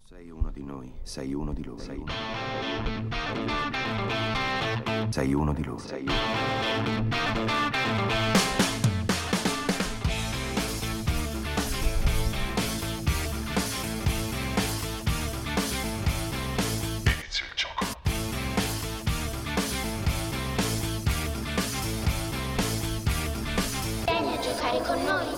Sei uno di noi, sei uno di loro. Sei uno di loro. Inizia il gioco. Vieni a giocare con noi.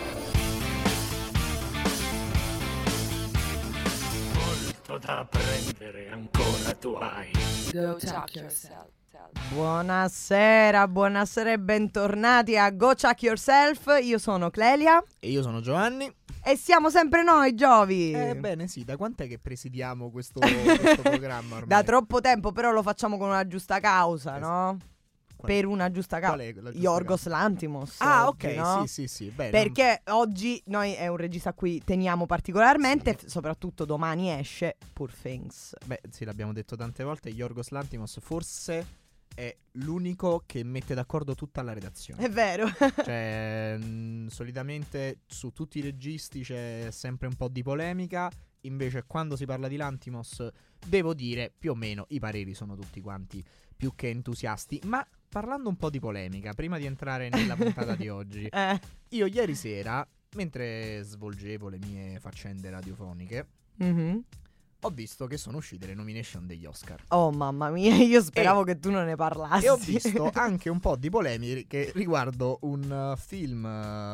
Molto da apprendere ancora tu hai. Go Talk Yourself. Buonasera e bentornati a Go Chuck Yourself. Io sono Clelia E io sono Giovanni. e siamo sempre noi, Giovi. Bene, sì, da quant'è che presidiamo questo programma ormai? Da troppo tempo, però lo facciamo con una giusta causa, no? Qual- Per una giusta qual causa. è la giusta Yorgos Lanthimos. Ah, oggi, ok, no? sì, bene. Perché oggi noi è un regista a cui teniamo particolarmente, soprattutto domani esce Poor Things. Beh, sì, l'abbiamo detto tante volte, Yorgos Lanthimos forse è l'unico che mette d'accordo tutta la redazione. È vero. Cioè, solitamente su tutti i registi c'è sempre un po' di polemica, invece quando si parla di Lanthimos, devo dire, più o meno i pareri sono tutti quanti più che entusiasti. Ma parlando un po' di polemica, prima di entrare nella puntata di oggi, io ieri sera, mentre svolgevo le mie faccende radiofoniche, Mhm. ho visto che sono uscite le nomination degli Oscar. Oh mamma mia, io speravo che tu non ne parlassi. E ho visto anche un po' di polemiche riguardo un film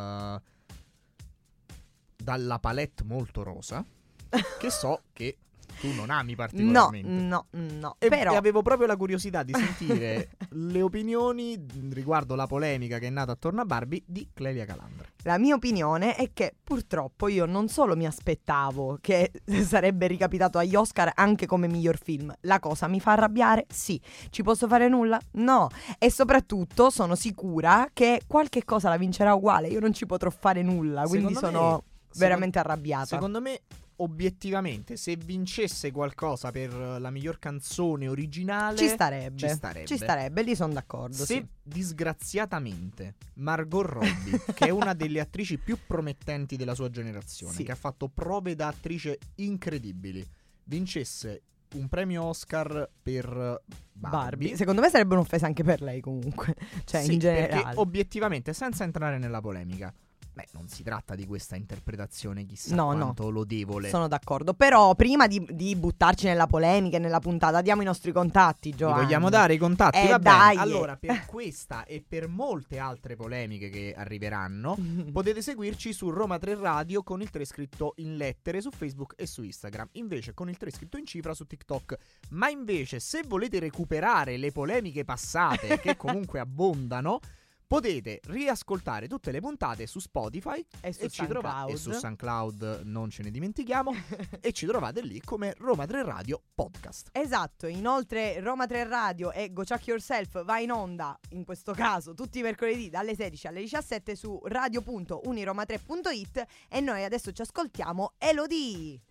dalla palette molto rosa, che so che tu non ami particolarmente. No. E Però avevo proprio la curiosità di sentire le opinioni riguardo la polemica che è nata attorno a Barbie di Clelia Calandra. la mia opinione è che purtroppo io non solo mi aspettavo che sarebbe ricapitato agli Oscar anche come miglior film. La cosa mi fa arrabbiare? Sì. Ci posso fare nulla? No. E soprattutto sono sicura che qualche cosa la vincerà uguale. Io non ci potrò fare nulla, quindi sono veramente arrabbiata. Secondo me, obiettivamente, se vincesse qualcosa per la miglior canzone originale, Ci starebbe. Ci starebbe. Lì sono d'accordo. Se sì. disgraziatamente Margot Robbie, che è una delle attrici più promettenti della sua generazione, Sì. che ha fatto prove da attrice incredibili, vincesse un premio Oscar per Barbie, Secondo me sarebbe un'offesa anche per lei comunque. Cioè sì, in perché generale. obiettivamente, senza entrare nella polemica, non si tratta di questa interpretazione chissà No, quanto lodevole. Sono d'accordo. Però prima di buttarci nella polemica e nella puntata, diamo i nostri contatti, Vi Giovanni. vogliamo dare i contatti? Va dai. bene. Allora, per questa e per molte altre polemiche che arriveranno, potete seguirci su Roma 3 Radio con il 3 scritto in lettere su Facebook e su Instagram. Invece con il 3 scritto in cifra su TikTok. Ma invece, se volete recuperare le polemiche passate, che comunque abbondano, potete riascoltare tutte le puntate su Spotify E su ci trovate, SoundCloud. e su SoundCloud non ce ne dimentichiamo, e ci trovate lì come Roma 3 Radio Podcast. Esatto, inoltre Roma 3 Radio e Go Chuck Yourself va in onda, in questo caso, tutti i mercoledì dalle 16 alle 17 su radio.uniroma3.it e noi adesso ci ascoltiamo Elodie.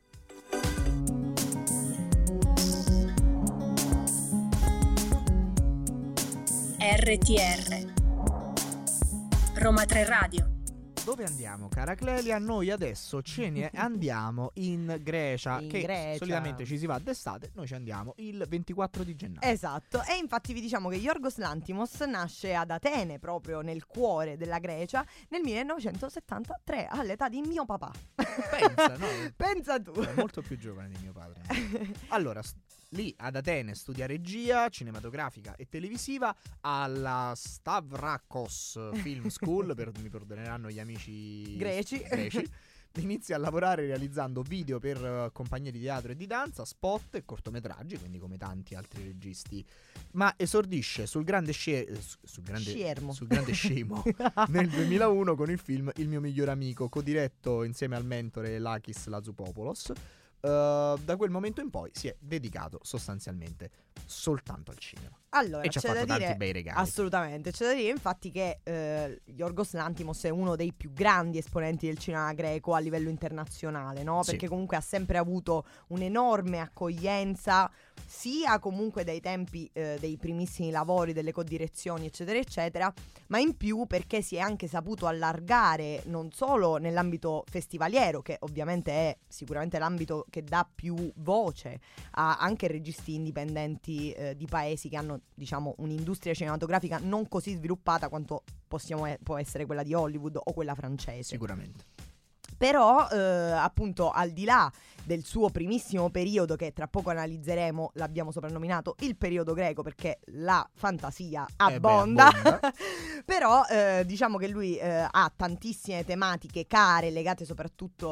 RTR Roma 3 Radio. Dove andiamo, cara Clelia? Noi adesso ce ne andiamo in Grecia, In che Grecia. solitamente ci si va d'estate, noi ci andiamo il 24 di gennaio. Esatto, e infatti vi diciamo che Yorgos Lanthimos nasce ad Atene, proprio nel cuore della Grecia, nel 1973, all'età di mio papà. Pensa, no? Pensa tu. È molto più giovane di mio padre. Allora, lì ad Atene studia regia cinematografica e televisiva alla Stavrakos Film School, mi perdoneranno gli amici Greci. Inizia a lavorare realizzando video per compagnie di teatro e di danza, spot e cortometraggi, quindi come tanti altri registi. Ma esordisce sul grande Schermo. sul grande scemo nel 2001 con il film Il mio migliore amico, codiretto insieme al mentore Lakis Lazupopoulos. Da quel momento in poi si è dedicato sostanzialmente soltanto al cinema. Allora, E ci ha c'è da fatto tanti dire, bei regali. assolutamente, c'è da dire infatti che Yorgos Lanthimos è uno dei più grandi esponenti del cinema greco a livello internazionale, no? Sì. Perché comunque ha sempre avuto un'enorme accoglienza, sia comunque dai tempi dei primissimi lavori, delle codirezioni, eccetera, eccetera, ma in più perché si è anche saputo allargare non solo nell'ambito festivaliero, che ovviamente è sicuramente l'ambito che dà più voce a anche registi indipendenti di paesi che hanno, diciamo, un'industria cinematografica non così sviluppata quanto può essere quella di Hollywood o quella francese. Sicuramente. Però appunto al di là del suo primissimo periodo, che tra poco analizzeremo, l'abbiamo soprannominato il periodo greco perché la fantasia abbonda. Però diciamo che lui ha tantissime tematiche care legate soprattutto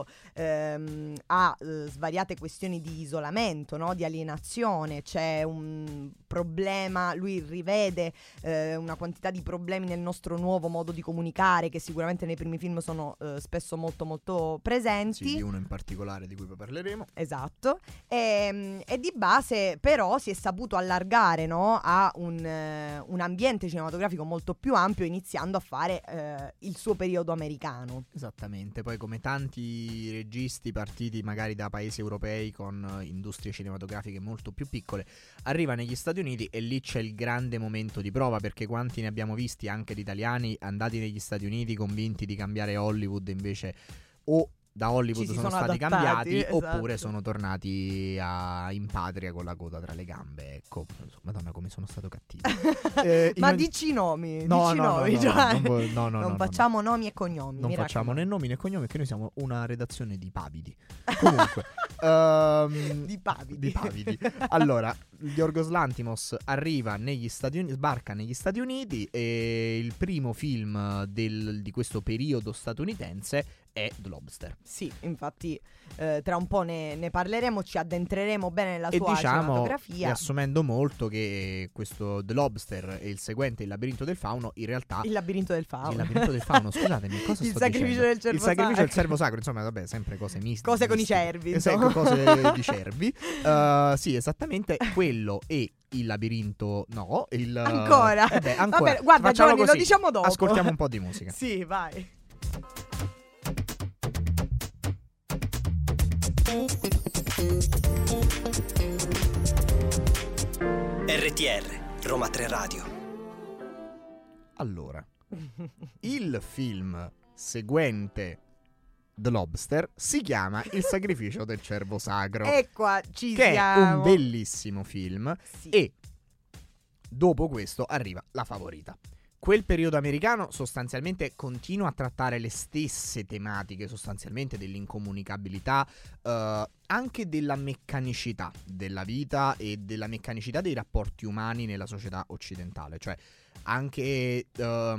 a svariate questioni di isolamento, no? Di alienazione. C'è un problema, lui rivede una quantità di problemi nel nostro nuovo modo di comunicare, che sicuramente nei primi film sono spesso molto molto presenti. Sì, di uno in particolare di cui poi parleremo. Esatto. E di base però si è saputo allargare, no, a un ambiente cinematografico molto più ampio, iniziando a fare il suo periodo americano. Esattamente. Poi, come tanti registi partiti magari da paesi europei con industrie cinematografiche molto più piccole, arriva negli Stati Uniti e lì c'è il grande momento di prova, perché quanti ne abbiamo visti anche di italiani andati negli Stati Uniti convinti di cambiare Hollywood, invece o da Hollywood sono stati adattati, cambiati, esatto. Oppure sono tornati in patria con la coda tra le gambe. Ecco, Madonna, come sono stato cattivo. Ma dici i nomi, No, dici no, nomi, no, Giovanni. no, facciamo nomi e cognomi. Non mi facciamo né raccomando. nomi né cognomi, perché noi siamo una redazione di pavidi. Comunque Di pavidi. Di pavidi. Allora, Yorgos Lanthimos arriva negli Stati Uniti, sbarca negli Stati Uniti, e il primo film di questo periodo statunitense è The Lobster. Sì, infatti tra un po' ne parleremo, ci addentreremo bene nella E sua diciamo, cinematografia. riassumendo molto, che questo The Lobster e il seguente, Il labirinto del fauno, in realtà Il labirinto del fauno. Il labirinto del fauno, scusatemi, cosa Il sto sacrificio dicendo? del cervo Il sacrificio del sacro. cervo sacro, insomma, vabbè, sempre cose mistiche. Cose con i cervi, Esatto, insomma. cose di cervi. Sì, esattamente, quello e il labirinto, no, Ancora? ancora. Vabbè, guarda, Facciamo Giovanni, lo così. diciamo dopo. Ascoltiamo un po' di musica. Sì, vai. RTR, Roma 3 Radio. Allora, il film seguente The Lobster si chiama Il sacrificio del cervo sacro, E qua ci che siamo. è un bellissimo film. Sì. E dopo questo arriva La Favorita. Quel periodo americano sostanzialmente continua a trattare le stesse tematiche, sostanzialmente dell'incomunicabilità, anche della meccanicità della vita e della meccanicità dei rapporti umani nella società occidentale, cioè anche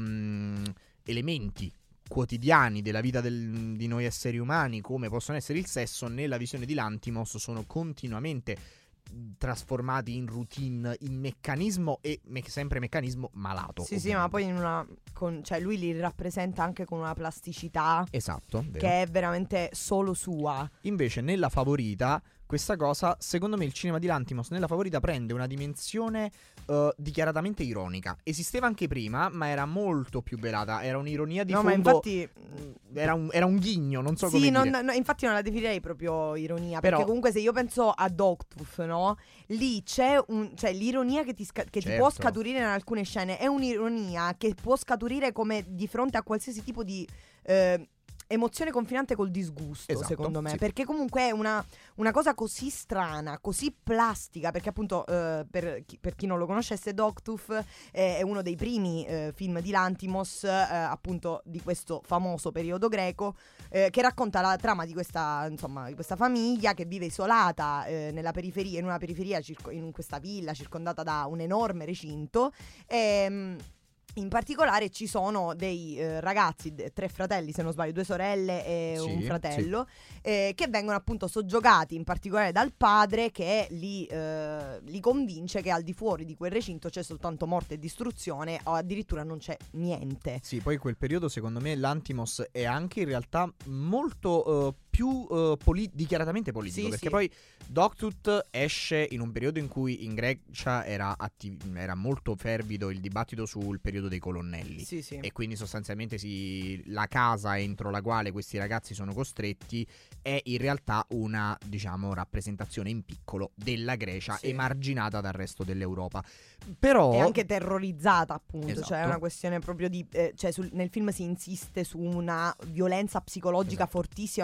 elementi quotidiani della vita di noi esseri umani, come possono essere il sesso, nella visione di Lanthimos sono continuamente trasformati in routine, in meccanismo, e sempre meccanismo malato. Sì, ovviamente. sì, ma poi cioè lui li rappresenta anche con una plasticità Esatto, vero. che è veramente solo sua. Invece nella Favorita questa cosa, secondo me, il cinema di Lanthimos nella Favorita prende una dimensione dichiaratamente ironica. Esisteva anche prima, ma era molto più velata. Era un'ironia di No, fondo. ma infatti Era un ghigno, non so sì, come dire. no, infatti non la definirei proprio ironia. Però- Perché comunque se io penso a Dogtooth, no? Lì c'è cioè l'ironia che ti può Certo. scaturire in alcune scene. È un'ironia che può scaturire come di fronte a qualsiasi tipo di emozione confinante col disgusto, Esatto, secondo me. sì. Perché comunque è una cosa così strana, così plastica. Perché appunto per chi non lo conoscesse, Dogtooth è uno dei primi film di Lanthimos, appunto di questo famoso periodo greco, che racconta la trama di questa famiglia che vive isolata nella periferia, in una periferia, in questa villa circondata da un enorme recinto. In particolare ci sono dei ragazzi, 3 fratelli se non sbaglio, 2 sorelle e Sì, un fratello, che vengono appunto soggiogati in particolare dal padre, che li convince che al di fuori di quel recinto c'è soltanto morte e distruzione, o addirittura non c'è niente. Sì, poi quel periodo secondo me Lanthimos è anche in realtà molto più dichiaratamente politico, Sì, perché sì. poi Dogtooth esce in un periodo in cui in Grecia era molto fervido il dibattito sul periodo dei colonnelli. Sì, sì. E quindi sostanzialmente la casa entro la quale questi ragazzi sono costretti è in realtà una, diciamo, rappresentazione in piccolo della Grecia, Sì. emarginata dal resto dell'Europa. Però È anche terrorizzata, appunto. Esatto. Cioè è una questione proprio di cioè nel film si insiste su una violenza psicologica Esatto. fortissima, su una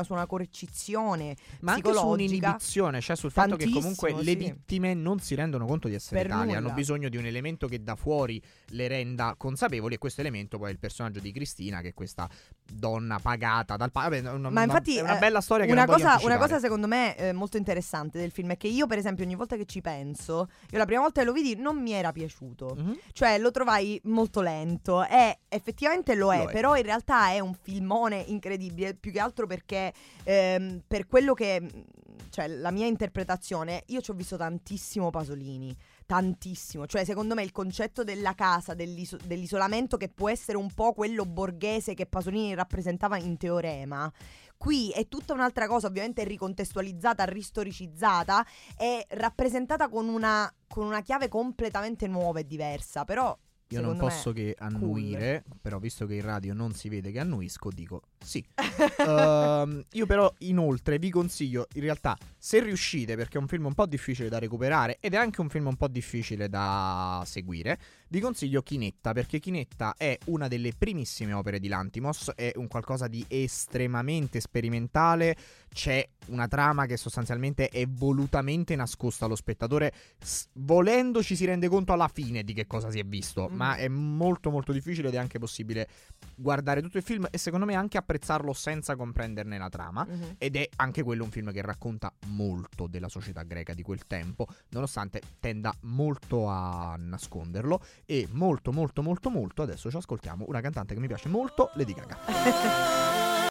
coercizione ma anche su psicologica. un'inibizione, cioè sul fatto che Tantissimo, comunque le sì. vittime non si rendono conto di essere Per tali, nulla. hanno bisogno di un elemento che da fuori le renda consapevoli, e questo elemento poi è il personaggio di Cristina, che è questa donna pagata dal padre. Ma infatti è una bella storia che una non voglio cosa anticipare. secondo me molto interessante del film è che io per esempio ogni volta che ci penso, io la prima volta che lo vidi non mi era piaciuto. Mhm. Cioè lo trovai molto lento e effettivamente lo è, Lo è. però in realtà è un filmone incredibile, più che altro perché per quello che, cioè la mia interpretazione, io ci ho visto tantissimo Pasolini, tantissimo, cioè secondo me il concetto della casa, dell'isolamento, che può essere un po' quello borghese che Pasolini rappresentava in Teorema, qui è tutta un'altra cosa, ovviamente ricontestualizzata, ristoricizzata e rappresentata con una chiave completamente nuova e diversa, però Io non secondo me posso che cool. annuire, però visto che in radio non si vede che annuisco, dico sì. Io però inoltre vi consiglio, in realtà, se riuscite, perché è un film un po' difficile da recuperare ed è anche un film un po' difficile da seguire, vi consiglio Chinetta, perché Chinetta è una delle primissime opere di Lanthimos, è un qualcosa di estremamente sperimentale, c'è una trama che sostanzialmente è volutamente nascosta allo spettatore, volendo ci si rende conto alla fine di che cosa si è visto, ma è molto molto difficile ed è anche possibile guardare tutto il film e secondo me anche apprezzarlo senza comprenderne la trama. Ed è anche quello un film che racconta molto della società greca di quel tempo, nonostante tenda molto a nasconderlo. E molto molto molto molto adesso ci ascoltiamo una cantante che mi piace molto, Lady Gaga.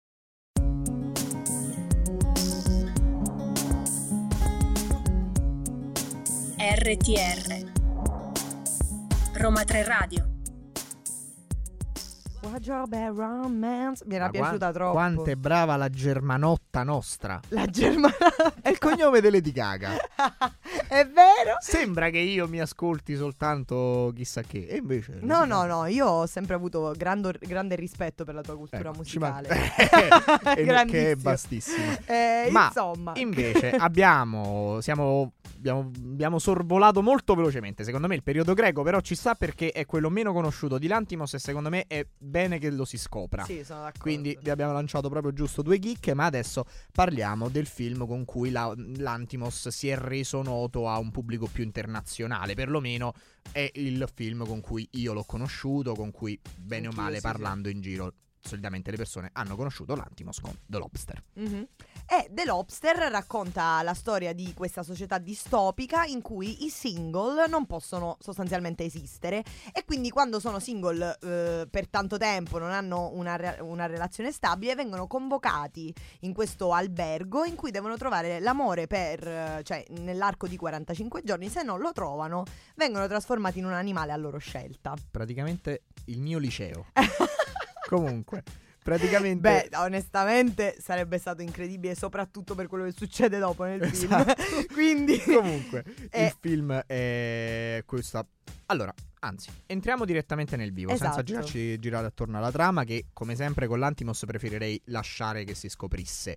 RTR Roma 3 Radio. Wardrobe Romance mi era Ma piaciuta troppo. Quanto è brava la germanotta nostra. La Germania. È il cognome di Lady Gaga. È vero? Sembra che io mi ascolti soltanto chissà che, e invece No, io ho sempre avuto grande rispetto per la tua cultura musicale. che è Grandissimo. bastissimo. Ma insomma, invece abbiamo sorvolato molto velocemente, secondo me, il periodo greco, però ci sta perché è quello meno conosciuto di Lanthimos e secondo me è bene che lo si scopra. Sì, sono d'accordo. Quindi vi abbiamo lanciato proprio giusto 2 chicche, ma adesso parliamo del film con cui Lanthimos si è reso noto a un pubblico più internazionale, perlomeno è il film con cui io l'ho conosciuto, con cui bene o Anch'io, male sì, parlando in giro solitamente le persone hanno conosciuto Lanthimos con The Lobster. E The Lobster racconta la storia di questa società distopica in cui i single non possono sostanzialmente esistere e quindi quando sono single per tanto tempo, non hanno una relazione stabile, vengono convocati in questo albergo in cui devono trovare l'amore cioè nell'arco di 45 giorni. Se non lo trovano vengono trasformati in un animale a loro scelta. Praticamente il mio liceo. Comunque, praticamente... Beh, onestamente sarebbe stato incredibile, soprattutto per quello che succede dopo nel film. Quindi comunque il film è questa. Allora, anzi, entriamo direttamente nel vivo, senza Esatto. girare attorno alla trama, che come sempre con Lanthimos preferirei lasciare che si scoprisse.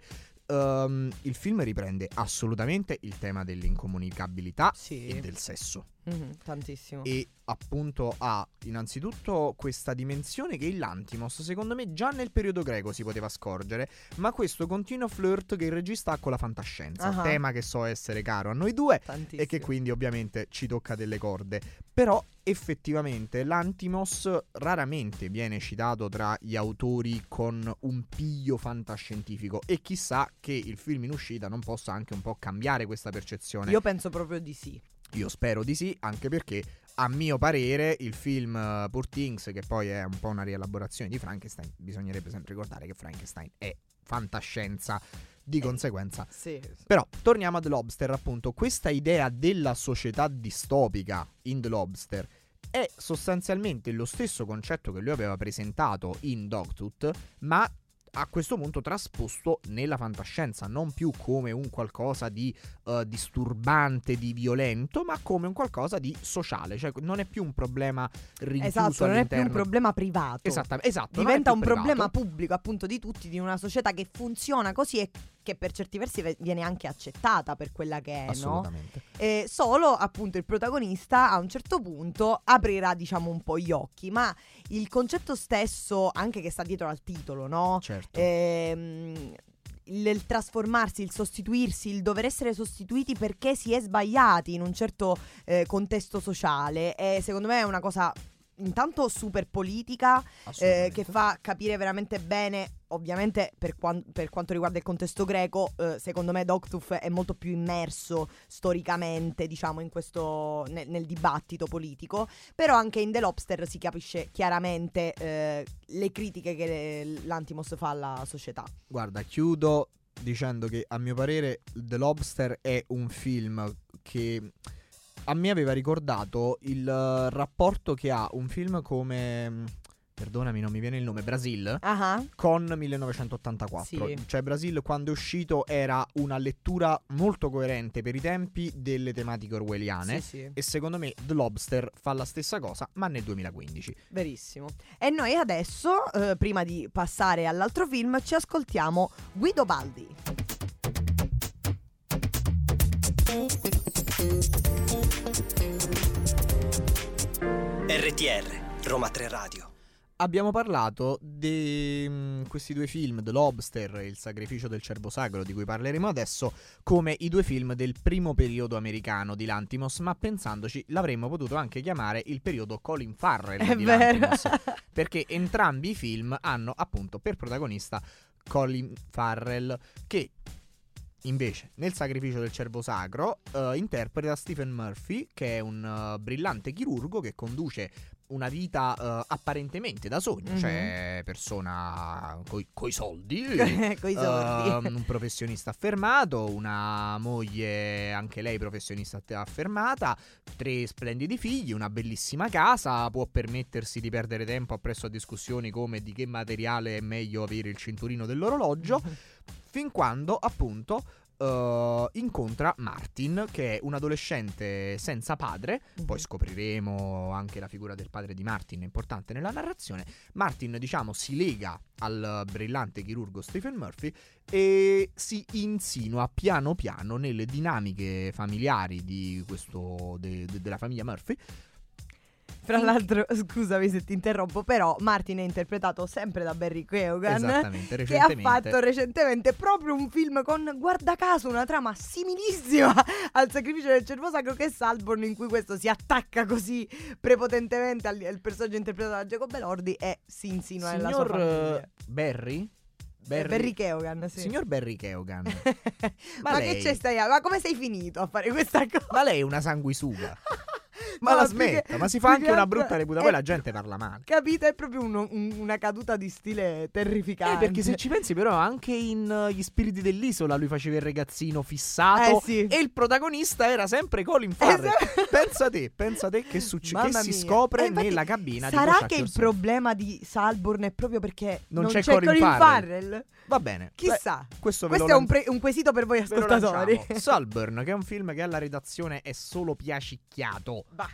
Il film riprende assolutamente il tema dell'incomunicabilità e del sesso. Tantissimo. E appunto ha innanzitutto questa dimensione che il Lanthimos secondo me già nel periodo greco si poteva scorgere, ma questo continuo flirt che il regista ha con la fantascienza, tema che so essere caro a noi due e che quindi ovviamente ci tocca delle corde. Però effettivamente Lanthimos raramente viene citato tra gli autori con un piglio fantascientifico e chissà che il film in uscita non possa anche un po' cambiare questa percezione. Io penso proprio di sì. Io spero di sì, anche perché a mio parere il film Poor Things, che poi è un po' una rielaborazione di Frankenstein, bisognerebbe sempre ricordare che Frankenstein è fantascienza, di conseguenza. Sì. Però torniamo a The Lobster, appunto. Questa idea della società distopica in The Lobster è sostanzialmente lo stesso concetto che lui aveva presentato in Dogtooth, ma a questo punto trasposto nella fantascienza, non più come un qualcosa di disturbante, di violento, ma come un qualcosa di sociale, cioè non è più un problema rinchiuso Esatto, non è più all'interno. un problema privato. Esatto, diventa un privato. problema pubblico, appunto, di tutti, di una società che funziona così e che per certi versi viene anche accettata per quella che è, Assolutamente. no? Solo appunto il protagonista a un certo punto aprirà, diciamo, un po' gli occhi, ma il concetto stesso, anche che sta dietro al titolo, no? Certo. il trasformarsi, il sostituirsi, il dover essere sostituiti perché si è sbagliati in un certo contesto sociale, e secondo me è una cosa intanto super politica, che fa capire veramente bene. Ovviamente per quanto riguarda il contesto greco, secondo me Dogtooth è molto più immerso storicamente, diciamo, in questo nel dibattito politico. Però anche in The Lobster si capisce chiaramente le critiche che l'Antimos fa alla società. Guarda, chiudo dicendo che a mio parere The Lobster è un film che a me aveva ricordato il rapporto che ha un film come, perdonami, non mi viene il nome, Brasil, con 1984. Sì. Cioè Brasil, quando è uscito, era una lettura molto coerente per i tempi delle tematiche orwelliane. Sì. E secondo me The Lobster fa la stessa cosa, ma nel 2015. Verissimo. E noi adesso, prima di passare all'altro film, ci ascoltiamo Guido Baldi. RTR, Roma 3 Radio. Abbiamo parlato di questi due film, The Lobster e Il sacrificio del cervo sacro, di cui parleremo adesso, come i due film del primo periodo americano di Lanthimos, ma pensandoci l'avremmo potuto anche chiamare il periodo Colin Farrell di Lanthimos, perché entrambi i film hanno appunto per protagonista Colin Farrell, che invece nel sacrificio del cervo sacro interpreta Stephen Murphy, che è un brillante chirurgo che conduce una vita apparentemente da sogno, cioè persona coi soldi, un professionista affermato, una moglie anche lei professionista affermata, 3 splendidi figli, una bellissima casa, può permettersi di perdere tempo appresso a discussioni come di che materiale è meglio avere il cinturino dell'orologio, fin quando appunto incontra Martin, che è un adolescente senza padre. Poi scopriremo anche la figura del padre di Martin, importante nella narrazione. Martin, diciamo, si lega al brillante chirurgo Stephen Murphy e si insinua piano piano nelle dinamiche familiari di questo della famiglia Murphy. Fra l'altro, scusami se ti interrompo, però Martin è interpretato sempre da Barry Keoghan, esattamente, che ha fatto recentemente proprio un film con, guarda caso, una trama similissima al sacrificio del cervo sacro, che è Saltburn, in cui questo si attacca così prepotentemente al personaggio interpretato da Jacob Elordi e si insinua nella sua famiglia. Barry Keoghan, sì. Signor Barry Keoghan. Ma lei... che c'è stai? Ma come sei finito a fare questa cosa? Ma lei è una sanguisuga. Ma No, la smetta, perché- ma si fa anche perché una brutta reputazione, poi la gente parla male. Capito? È proprio una caduta di stile terrificante. Perché se ci pensi però anche in Gli spiriti dell'isola lui faceva il ragazzino fissato, sì. e il protagonista era sempre Colin Farrell. Pensa te che succede, che si scopre infatti, nella cabina di sarà Bojack che il Horseman. problema di Saltburn è proprio perché Non c'è c'è Colin Farrell? Va bene. Chissà. Questo Questo è un quesito per voi ve lo ascoltatori. lanciamo. Saltburn, che è un film che alla redazione è solo piacicchiato. Bah.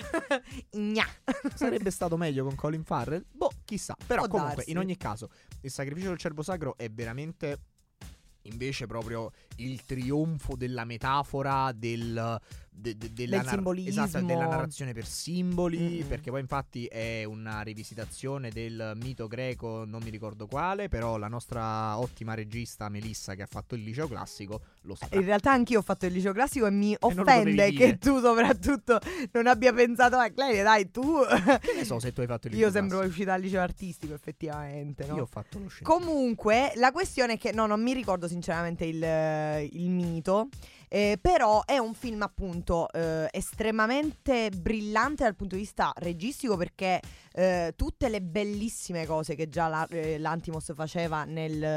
Gna. Sarebbe stato meglio con Colin Farrell? Boh, chissà. Però Può comunque, darsi. in ogni caso, il sacrificio del cervo sacro è veramente invece proprio il trionfo della metafora del simbolismo. Esatto, della narrazione per simboli, perché poi infatti è una rivisitazione del mito greco, non mi ricordo quale, però la nostra ottima regista Melissa, che ha fatto il liceo classico, lo saprà. In realtà anch'io ho fatto il liceo classico e mi non lo offende dovevi dire. che tu soprattutto non abbia pensato a Claudia, dai, tu. Che ne so se tu hai fatto il liceo Io sembro classico. uscita dal liceo artistico, effettivamente, no? Io ho fatto lo scientifico. Comunque, la questione è che non mi ricordo sinceramente il mito. Però è un film appunto estremamente brillante dal punto di vista registico, perché tutte le bellissime cose che già l'Antimos faceva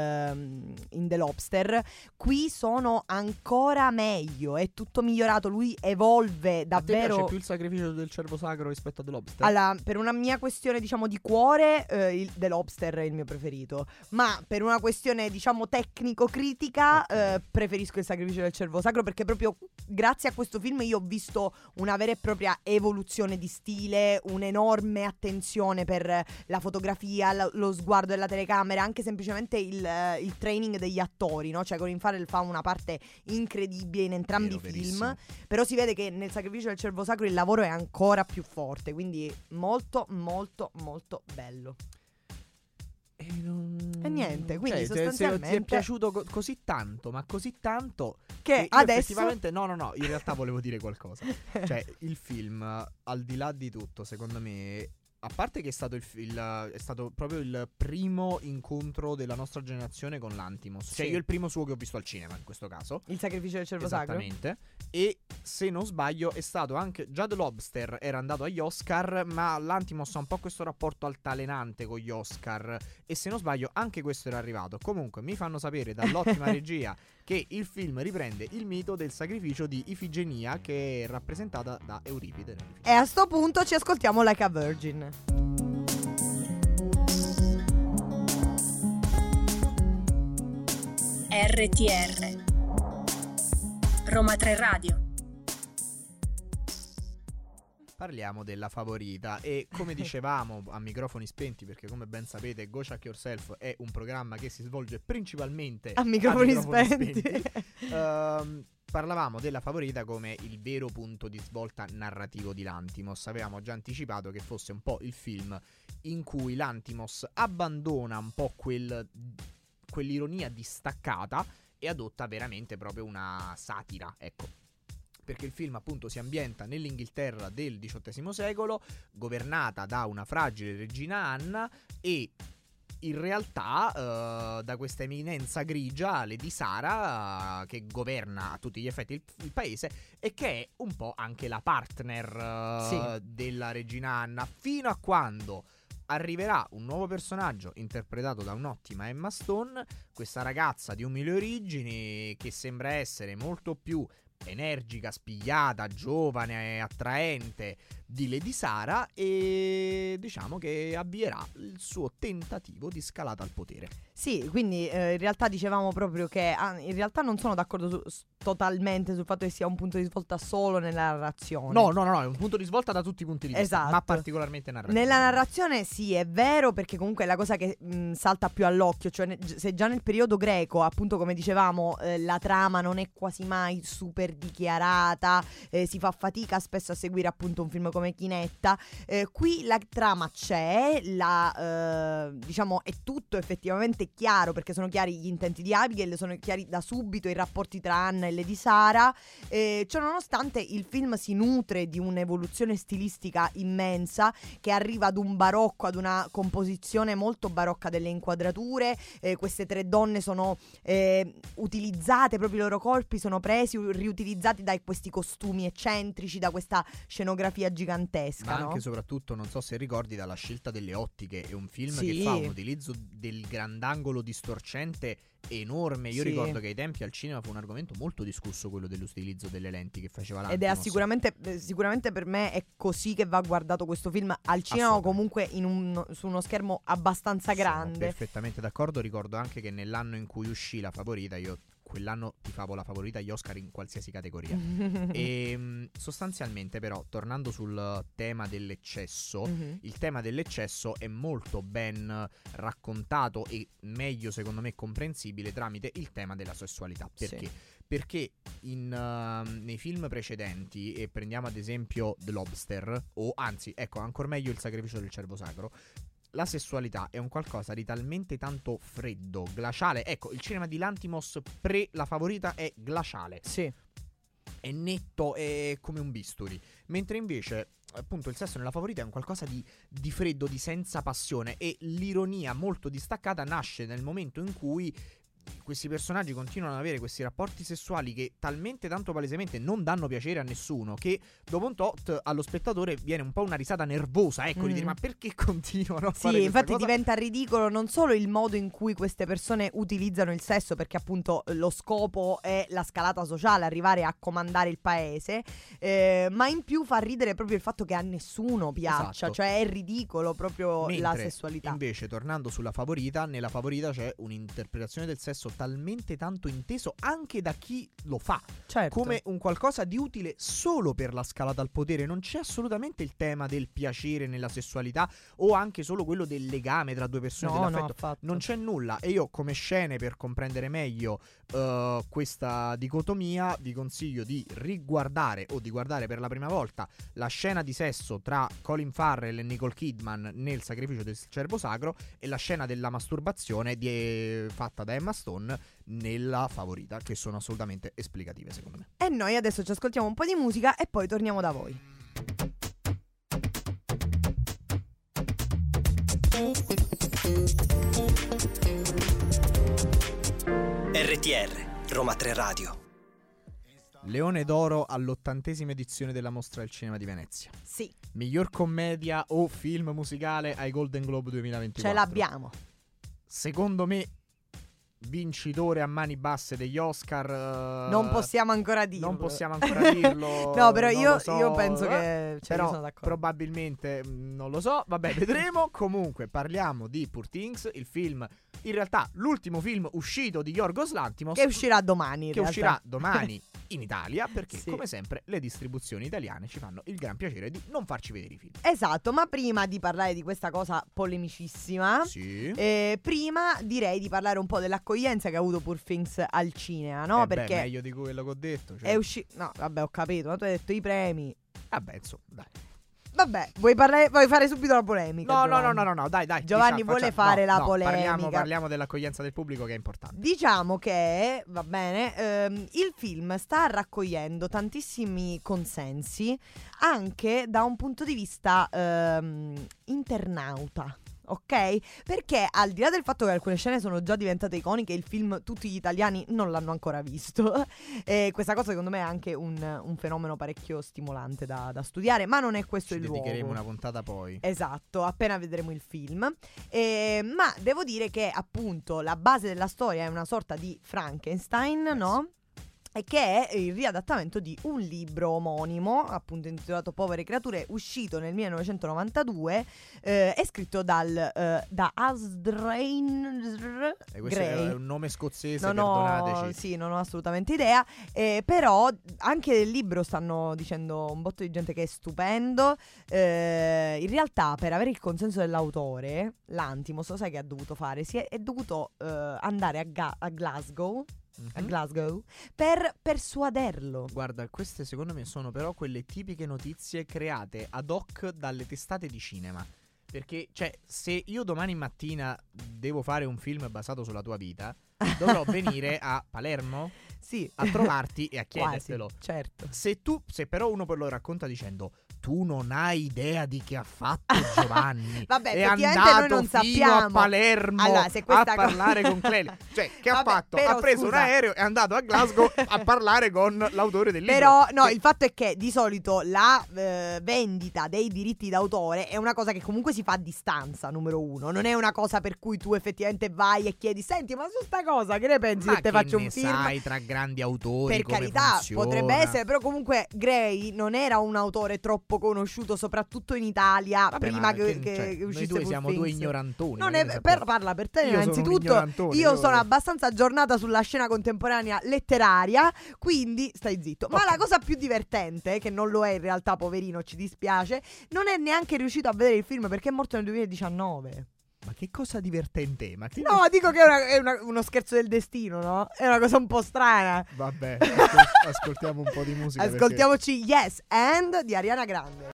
in The Lobster qui sono ancora meglio, è tutto migliorato, lui evolve A te davvero. piace più il sacrificio del cervo sacro rispetto a The Lobster? Allora, per una mia questione, diciamo, di cuore, The Lobster è il mio preferito. Ma per una questione, diciamo, tecnico-critica, preferisco il sacrificio del cervo sacro, perché proprio grazie a questo film io ho visto una vera e propria evoluzione di stile, un'enorme attenzione per la fotografia, lo sguardo della telecamera, anche semplicemente il training degli attori, no? Cioè Colin Farrell fa una parte incredibile in entrambi i film, verissimo. però si vede che nel sacrificio del cervo sacro il lavoro è ancora più forte, quindi molto molto molto bello. E niente, quindi cioè, sostanzialmente ti è piaciuto così tanto, ma così tanto che io adesso effettivamente no, in realtà volevo dire qualcosa. Cioè, il film, al di là di tutto, secondo me, a parte che è stato è stato proprio il primo incontro della nostra generazione con l'Antimos. Cioè, Sì. io il primo suo che ho visto al cinema, in questo caso. il sacrificio del cervo sacro. Esattamente. E se non sbaglio è stato anche già The Lobster era andato agli Oscar, ma l'Antimos ha un po' questo rapporto altalenante con gli Oscar, e se non sbaglio anche questo era arrivato. Comunque mi fanno sapere dall'ottima regia che il film riprende il mito del sacrificio di Ifigenia, che è rappresentata da Euripide. E a sto punto ci ascoltiamo Like a Virgin. RTR Roma 3 Radio. Parliamo della favorita e come dicevamo a microfoni spenti, perché come ben sapete Go Check Yourself è un programma che si svolge principalmente A microfoni spenti. spenti. Parlavamo della favorita come il vero punto di svolta narrativo di l'Antimos. Avevamo già anticipato che fosse un po' il film in cui l'Antimos abbandona un po' quell'ironia distaccata e adotta veramente proprio una satira, ecco. Perché il film appunto si ambienta nell'Inghilterra del XVIII secolo, governata da una fragile regina Anna, e in realtà da questa eminenza grigia, Lady Sara, che governa a tutti gli effetti il paese e che è un po' anche la partner della regina Anna, fino a quando arriverà un nuovo personaggio interpretato da un'ottima Emma Stone, questa ragazza di umili origini che sembra essere molto più energica, spigliata, giovane e attraente di Lady Sara, e diciamo che avvierà il suo tentativo di scalata al potere. Sì, quindi in realtà dicevamo proprio che in realtà non sono d'accordo totalmente sul fatto che sia un punto di svolta solo nella narrazione. No, è un punto di svolta da tutti i punti di vista, Esatto. ma particolarmente narrativo. Nella narrazione sì, è vero, perché comunque è la cosa che salta più all'occhio, cioè se già nel periodo greco, appunto come dicevamo, la trama non è quasi mai super dichiarata, si fa fatica spesso a seguire appunto un film come Chinetta, qui la trama c'è, diciamo è tutto effettivamente chiaro, perché sono chiari gli intenti di Abigail, sono chiari da subito i rapporti tra Anna e Lady Sara, ciò nonostante il film si nutre di un'evoluzione stilistica immensa che arriva ad un barocco, ad una composizione molto barocca delle inquadrature. Queste tre donne sono utilizzate, proprio i loro corpi sono presi, riutilizzati da questi costumi eccentrici, da questa scenografia gigantesca, ma no? anche soprattutto, non so se ricordi, dalla scelta delle ottiche. È un film Sì. che fa un utilizzo del grandangolo distorcente enorme. Io Sì. ricordo che ai tempi al cinema fu un argomento molto discusso quello dell'utilizzo delle lenti che faceva Ed è l'Antimos. sicuramente per me è così che va guardato questo film al cinema, o comunque su uno schermo abbastanza Sono grande. perfettamente d'accordo. Ricordo anche che nell'anno in cui uscì La Favorita, io quell'anno tifavo La Favorita agli Oscar in qualsiasi categoria. E sostanzialmente, però, tornando sul tema dell'eccesso, il tema dell'eccesso è molto ben raccontato e meglio, secondo me, comprensibile tramite il tema della sessualità. Perché? Sì. Perché nei film precedenti, e prendiamo ad esempio The Lobster, o anzi, ecco, ancora meglio Il sacrificio del cervo sacro, la sessualità è un qualcosa di talmente tanto freddo, glaciale. Ecco, il cinema di Lanthimos pre La Favorita è glaciale. Sì. È netto, è come un bisturi. Mentre invece, appunto, il sesso nella Favorita è un qualcosa di freddo, di senza passione. E l'ironia molto distaccata nasce nel momento in cui questi personaggi continuano ad avere questi rapporti sessuali che talmente tanto palesemente non danno piacere a nessuno, che dopo un tot allo spettatore viene un po' una risata nervosa, ecco, di dire ma perché continuano a fare Sì, questa infatti cosa? diventa ridicolo non solo il modo in cui queste persone utilizzano il sesso, perché appunto lo scopo è la scalata sociale, arrivare a comandare il paese, ma in più fa ridere proprio il fatto che a nessuno piaccia, Esatto. cioè è ridicolo proprio la Mentre, sessualità. invece, tornando sulla Favorita, nella Favorita c'è un'interpretazione del sesso talmente tanto inteso anche da chi lo fa, Certo. come un qualcosa di utile solo per la scalata al potere. Non c'è assolutamente il tema del piacere nella sessualità o anche solo quello del legame tra due persone, No, dell'affetto. no, affatto. Non c'è nulla. E io, come scene, per comprendere meglio questa dicotomia, vi consiglio di riguardare o di guardare per la prima volta la scena di sesso tra Colin Farrell e Nicole Kidman nel Sacrificio del Cervo Sacro e la scena della masturbazione fatta da Emma Stone nella Favorita, che sono assolutamente esplicative secondo me. E noi adesso ci ascoltiamo un po' di musica e poi torniamo da voi. RTR, Roma 3 Radio. Leone d'Oro all'80ª edizione della Mostra del Cinema di Venezia. Sì, Miglior commedia o film musicale ai Golden Globe 2024. ce l'abbiamo. Secondo me vincitore a mani basse degli Oscar. Non possiamo ancora dirlo. Non possiamo ancora dirlo. No, però non io, lo so, io penso che cioè, però io sono d'accordo. probabilmente non lo so. Vabbè, vedremo. Comunque parliamo di Poor Things, il film, in realtà l'ultimo film uscito di Yorgos Lanthimos, Che uscirà domani in che realtà. uscirà domani in Italia, perché Sì. come sempre le distribuzioni italiane ci fanno il gran piacere di non farci vedere i film. Esatto, ma prima di parlare di questa cosa polemicissima, Sì. prima direi di parlare un po' dell'accoglienza che ha avuto Poor Things al cinema, no? Perché meglio di quello che ho detto, cioè. è uscito. No, vabbè, ho capito, ma tu hai detto i premi. Vabbè, insomma, dai. Vabbè, vuoi fare subito la polemica? No, Giovanni? dai. Giovanni vuole fare la polemica. Parliamo dell'accoglienza del pubblico, che è importante. Diciamo che, va bene, il film sta raccogliendo tantissimi consensi anche da un punto di vista internauta. Ok? Perché al di là del fatto che alcune scene sono già diventate iconiche, il film tutti gli italiani non l'hanno ancora visto. E questa cosa secondo me è anche un fenomeno parecchio stimolante da studiare, ma non è questo Ci il luogo. dedicheremo una puntata poi. Esatto, appena vedremo il film. Ma devo dire che appunto la base della storia è una sorta di Frankenstein, no? E che è il riadattamento di un libro omonimo, appunto intitolato Povere creature, uscito nel 1992, è scritto da Asdrain E questo Gray. è un nome scozzese, Non perdonateci. non ho assolutamente idea, però anche del libro stanno dicendo un botto di gente che è stupendo. In realtà, per avere il consenso dell'autore, Lanthimos, lo sai che ha dovuto fare? È dovuto andare a Glasgow, a Mhm. Glasgow per persuaderlo. Guarda, queste secondo me sono però quelle tipiche notizie create ad hoc dalle testate di cinema. Perché, cioè, se io domani mattina devo fare un film basato sulla tua vita, dovrò venire a Palermo Sì, a trovarti e a quasi, chiedertelo. certo. Se però uno poi lo racconta dicendo: tu non hai idea di che ha fatto Giovanni. Vabbè, è effettivamente andato noi non fino sappiamo. a Palermo Allora, se a questa parlare cosa- con Clelia. Cioè, che ha Vabbè, fatto? però, Ha preso scusa. un aereo e è andato a Glasgow a parlare con l'autore del libro. Però, no, Cioè, il fatto è che di solito la vendita dei diritti d'autore è una cosa che comunque si fa a distanza, numero uno. Non è una cosa per cui tu effettivamente vai e chiedi: senti, ma su sta cosa che ne pensi ma se te che faccio ne un film? sai tra grandi autori Per come carità, funziona? potrebbe essere, però comunque Gray non era un autore troppo conosciuto, soprattutto in Italia, Vabbè, prima ma che cioè, uscisse noi due Poor siamo due Things. ignorantoni. Non ma è, che ne sappiamo? parla per te Io sono un innanzitutto. ignorantone, Io sono abbastanza aggiornata sulla scena contemporanea letteraria, quindi stai zitto. Ma la cosa più divertente, che non lo è in realtà, poverino, ci dispiace, non è neanche riuscito a vedere il film perché è morto nel 2019. Ma che cosa divertente? Ma che No, dico che è uno scherzo del destino, no? È una cosa un po' strana. Vabbè, ascoltiamo un po' di musica. Ascoltiamoci Yes and di Ariana Grande.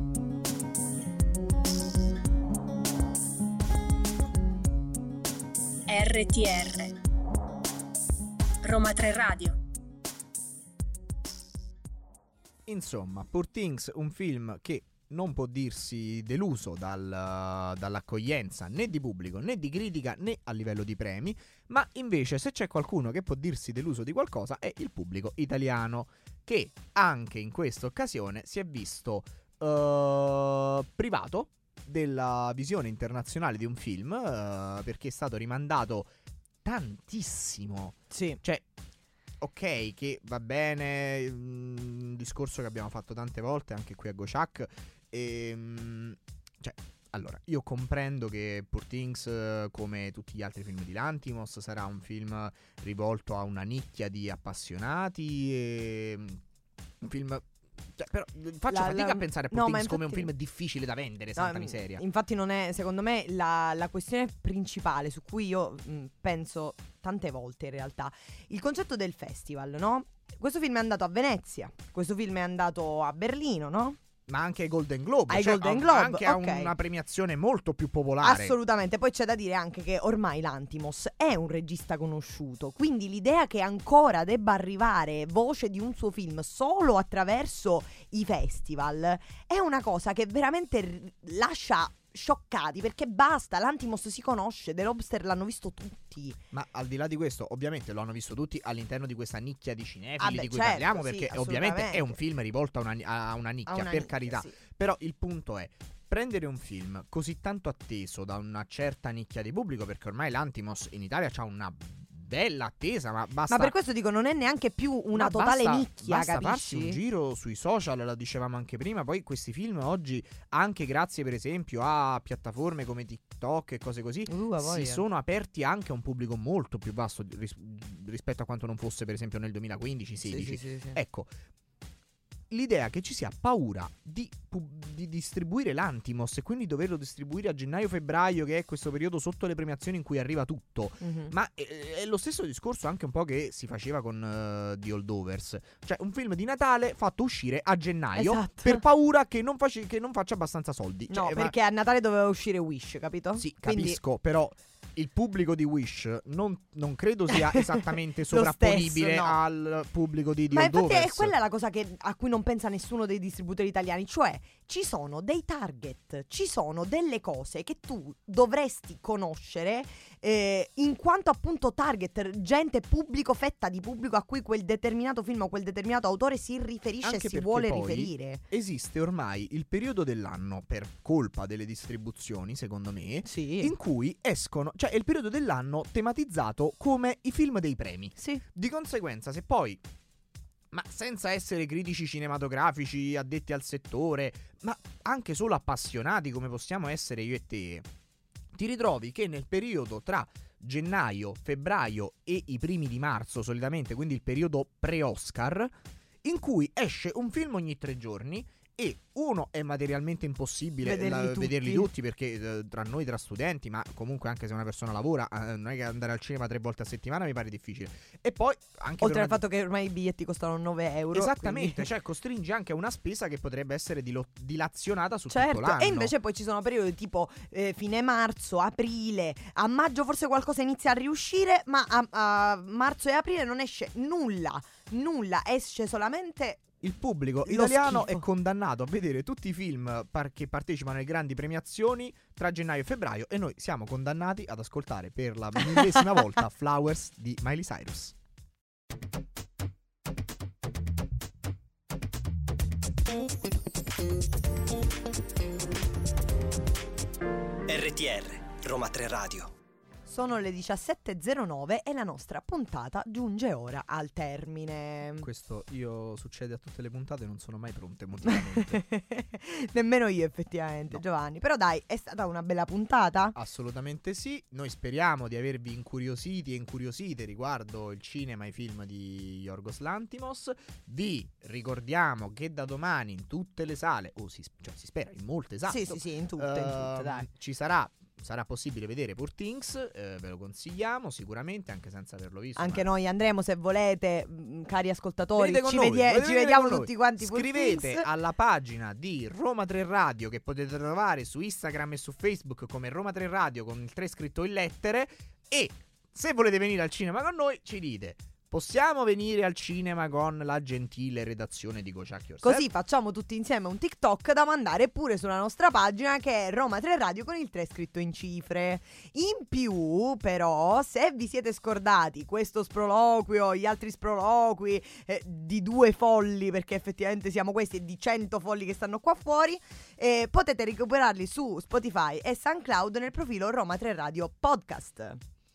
RTR Roma 3 Radio. Insomma, Poor Things, un film che non può dirsi deluso dall'accoglienza né di pubblico né di critica né a livello di premi, ma invece se c'è qualcuno che può dirsi deluso di qualcosa è il pubblico italiano, che anche in questa occasione si è visto privato della visione internazionale di un film, perché è stato rimandato tantissimo. Sì. Cioè, ok, che va bene, un discorso che abbiamo fatto tante volte anche qui a Gochak. Cioè, Allora, io comprendo che Poor Things, come tutti gli altri film di Lanthimos, sarà un film rivolto a una nicchia di appassionati e un film... Cioè, però faccio fatica a pensare a Poor Things come un film difficile da vendere, santa miseria. Infatti non è, secondo me, la questione principale su cui io penso tante volte in realtà. Il concetto del festival, no? Questo film è andato a Venezia, questo film è andato a Berlino, no? Ma anche ai Golden Globe, ai Golden Globe, anche okay. a una premiazione molto più popolare. Assolutamente. Poi c'è da dire anche che ormai Lanthimos è un regista conosciuto, quindi l'idea che ancora debba arrivare voce di un suo film solo attraverso i festival è una cosa che veramente lascia scioccati, perché basta, Lanthimos si conosce, The Lobster l'hanno visto tutti. Ma al di là di questo, ovviamente lo hanno visto tutti all'interno di questa nicchia di cinefili di cui certo, parliamo, sì, perché ovviamente è un film rivolto a una nicchia, per carità. Sì. Però il punto è prendere un film così tanto atteso da una certa nicchia di pubblico, perché ormai Lanthimos in Italia c'ha una bella attesa, ma basta. Ma per questo dico, non è neanche più una totale nicchia, basta capisci? farsi un giro sui social, lo dicevamo anche prima. Poi questi film oggi, anche grazie per esempio a piattaforme come TikTok e cose così, si sono aperti anche a un pubblico molto più vasto rispetto a quanto non fosse per esempio nel 2015-16. Sì. Ecco, l'idea che ci sia paura di distribuire Lanthimos e quindi doverlo distribuire a gennaio-febbraio, che è questo periodo sotto le premiazioni in cui arriva tutto. Ma è lo stesso discorso anche un po' che si faceva con The Holdovers, cioè un film di Natale fatto uscire a gennaio, esatto, per paura che non faccia abbastanza soldi. No, cioè, perché a Natale doveva uscire Wish, capito? Sì, quindi... capisco, però il pubblico di Wish non credo sia esattamente sovrapponibile stesso, no, al pubblico di The Ma infatti Holdovers. è quella la cosa a cui non pensa nessuno dei distributori italiani. Cioè, ci sono dei target, ci sono delle cose che tu dovresti conoscere in quanto appunto target, gente, pubblico, fetta di pubblico a cui quel determinato film o quel determinato autore si riferisce Anche e si perché vuole poi riferire. Esiste ormai il periodo dell'anno, per colpa delle distribuzioni, secondo me, Sì. in cui escono, cioè è il periodo dell'anno tematizzato come i film dei premi. Sì. Di conseguenza, se poi, ma senza essere critici cinematografici, addetti al settore, ma anche solo appassionati come possiamo essere io e te, ti ritrovi che nel periodo tra gennaio, febbraio e i primi di marzo, solitamente, quindi il periodo pre-Oscar, in cui esce un film ogni 3 giorni e uno è materialmente impossibile vederli tutti perché tra noi, tra studenti, ma comunque anche se una persona lavora, non è che andare al cinema 3 volte a settimana mi pare difficile. E poi anche oltre al fatto che ormai i biglietti costano 9 euro. Esattamente, quindi... cioè costringe anche a una spesa che potrebbe essere dilazionata su certo, tutto l'anno. E invece poi ci sono periodi tipo fine marzo, aprile, a maggio forse qualcosa inizia a riuscire, ma a marzo e aprile non esce nulla, esce solamente... Il pubblico lo italiano schifo. è condannato a vedere tutti i film che partecipano alle grandi premiazioni tra gennaio e febbraio, e noi siamo condannati ad ascoltare per la 1000ª volta Flowers di Miley Cyrus. RTR, Roma 3 Radio. Sono le 17.09 e la nostra puntata giunge ora al termine. Questo succede a tutte le puntate, non sono mai pronte emotivamente. Nemmeno io effettivamente, No. Giovanni. Però dai, è stata una bella puntata. Assolutamente sì. Noi speriamo di avervi incuriositi e incuriosite riguardo il cinema e i film di Yorgos Lanthimos. Vi ricordiamo che da domani in tutte le sale, si spera in molte, esatto, Sì, in tutte, dai. ci sarà possibile vedere Poor Things, ve lo consigliamo sicuramente, anche senza averlo visto. Anche noi andremo, se volete, cari ascoltatori. Venite con Ci, noi, ci vediamo con tutti quanti. Poor Scrivete Things. alla pagina di Roma 3 Radio, che potete trovare su Instagram e su Facebook come Roma 3 Radio con il 3 scritto in lettere. E se volete venire al cinema con noi, ci dite: possiamo venire al cinema con la gentile redazione di Go Chuck Yourself? Così facciamo tutti insieme un TikTok da mandare pure sulla nostra pagina, che è Roma 3 Radio con il 3 scritto in cifre. In più, però, se vi siete scordati questo sproloquio, gli altri sproloqui di 2 folli, perché effettivamente siamo questi, e di 100 folli che stanno qua fuori, potete recuperarli su Spotify e SoundCloud nel profilo Roma 3 Radio Podcast.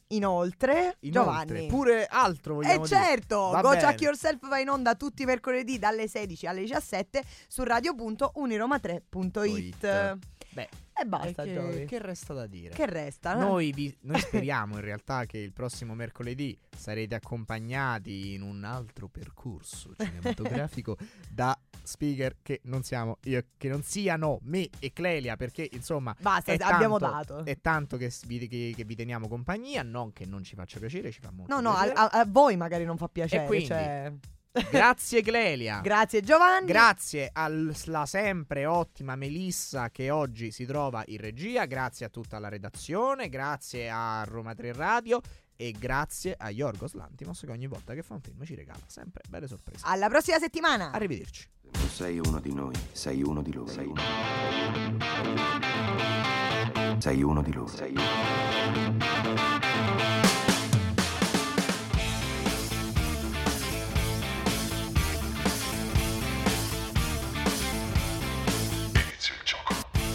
Inoltre, Giovanni, pure altro vogliamo dire. certo, Va Go bene. Chuck Yourself va in onda tutti i mercoledì dalle 16 alle 17 su radio.uniroma3.it. Beh, E basta, Giovi. che resta da dire? Che resta? Noi speriamo in realtà che il prossimo mercoledì sarete accompagnati in un altro percorso cinematografico da speaker che non siamo io, che non siano me e Clelia, perché insomma Basta, abbiamo dato. È tanto che vi teniamo compagnia, non che non ci faccia piacere, ci fa molto No, piacere. a voi magari non fa piacere. E quindi, cioè... grazie Clelia. Grazie Giovanni. Grazie alla sempre ottima Melissa che oggi si trova in regia, grazie a tutta la redazione, grazie a Roma 3 Radio e grazie a Yorgos Lanthimos che ogni volta che fa un film ci regala sempre belle sorprese. Alla prossima settimana. Arrivederci. Tu sei uno di noi, sei uno di loro. Sei uno di loro. Sei Inizia il gioco.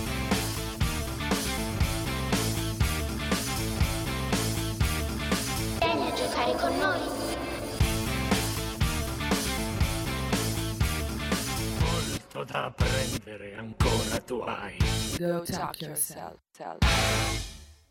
Vieni a giocare con noi. Molto da apprendere ancora tu hai. Go talk yourself.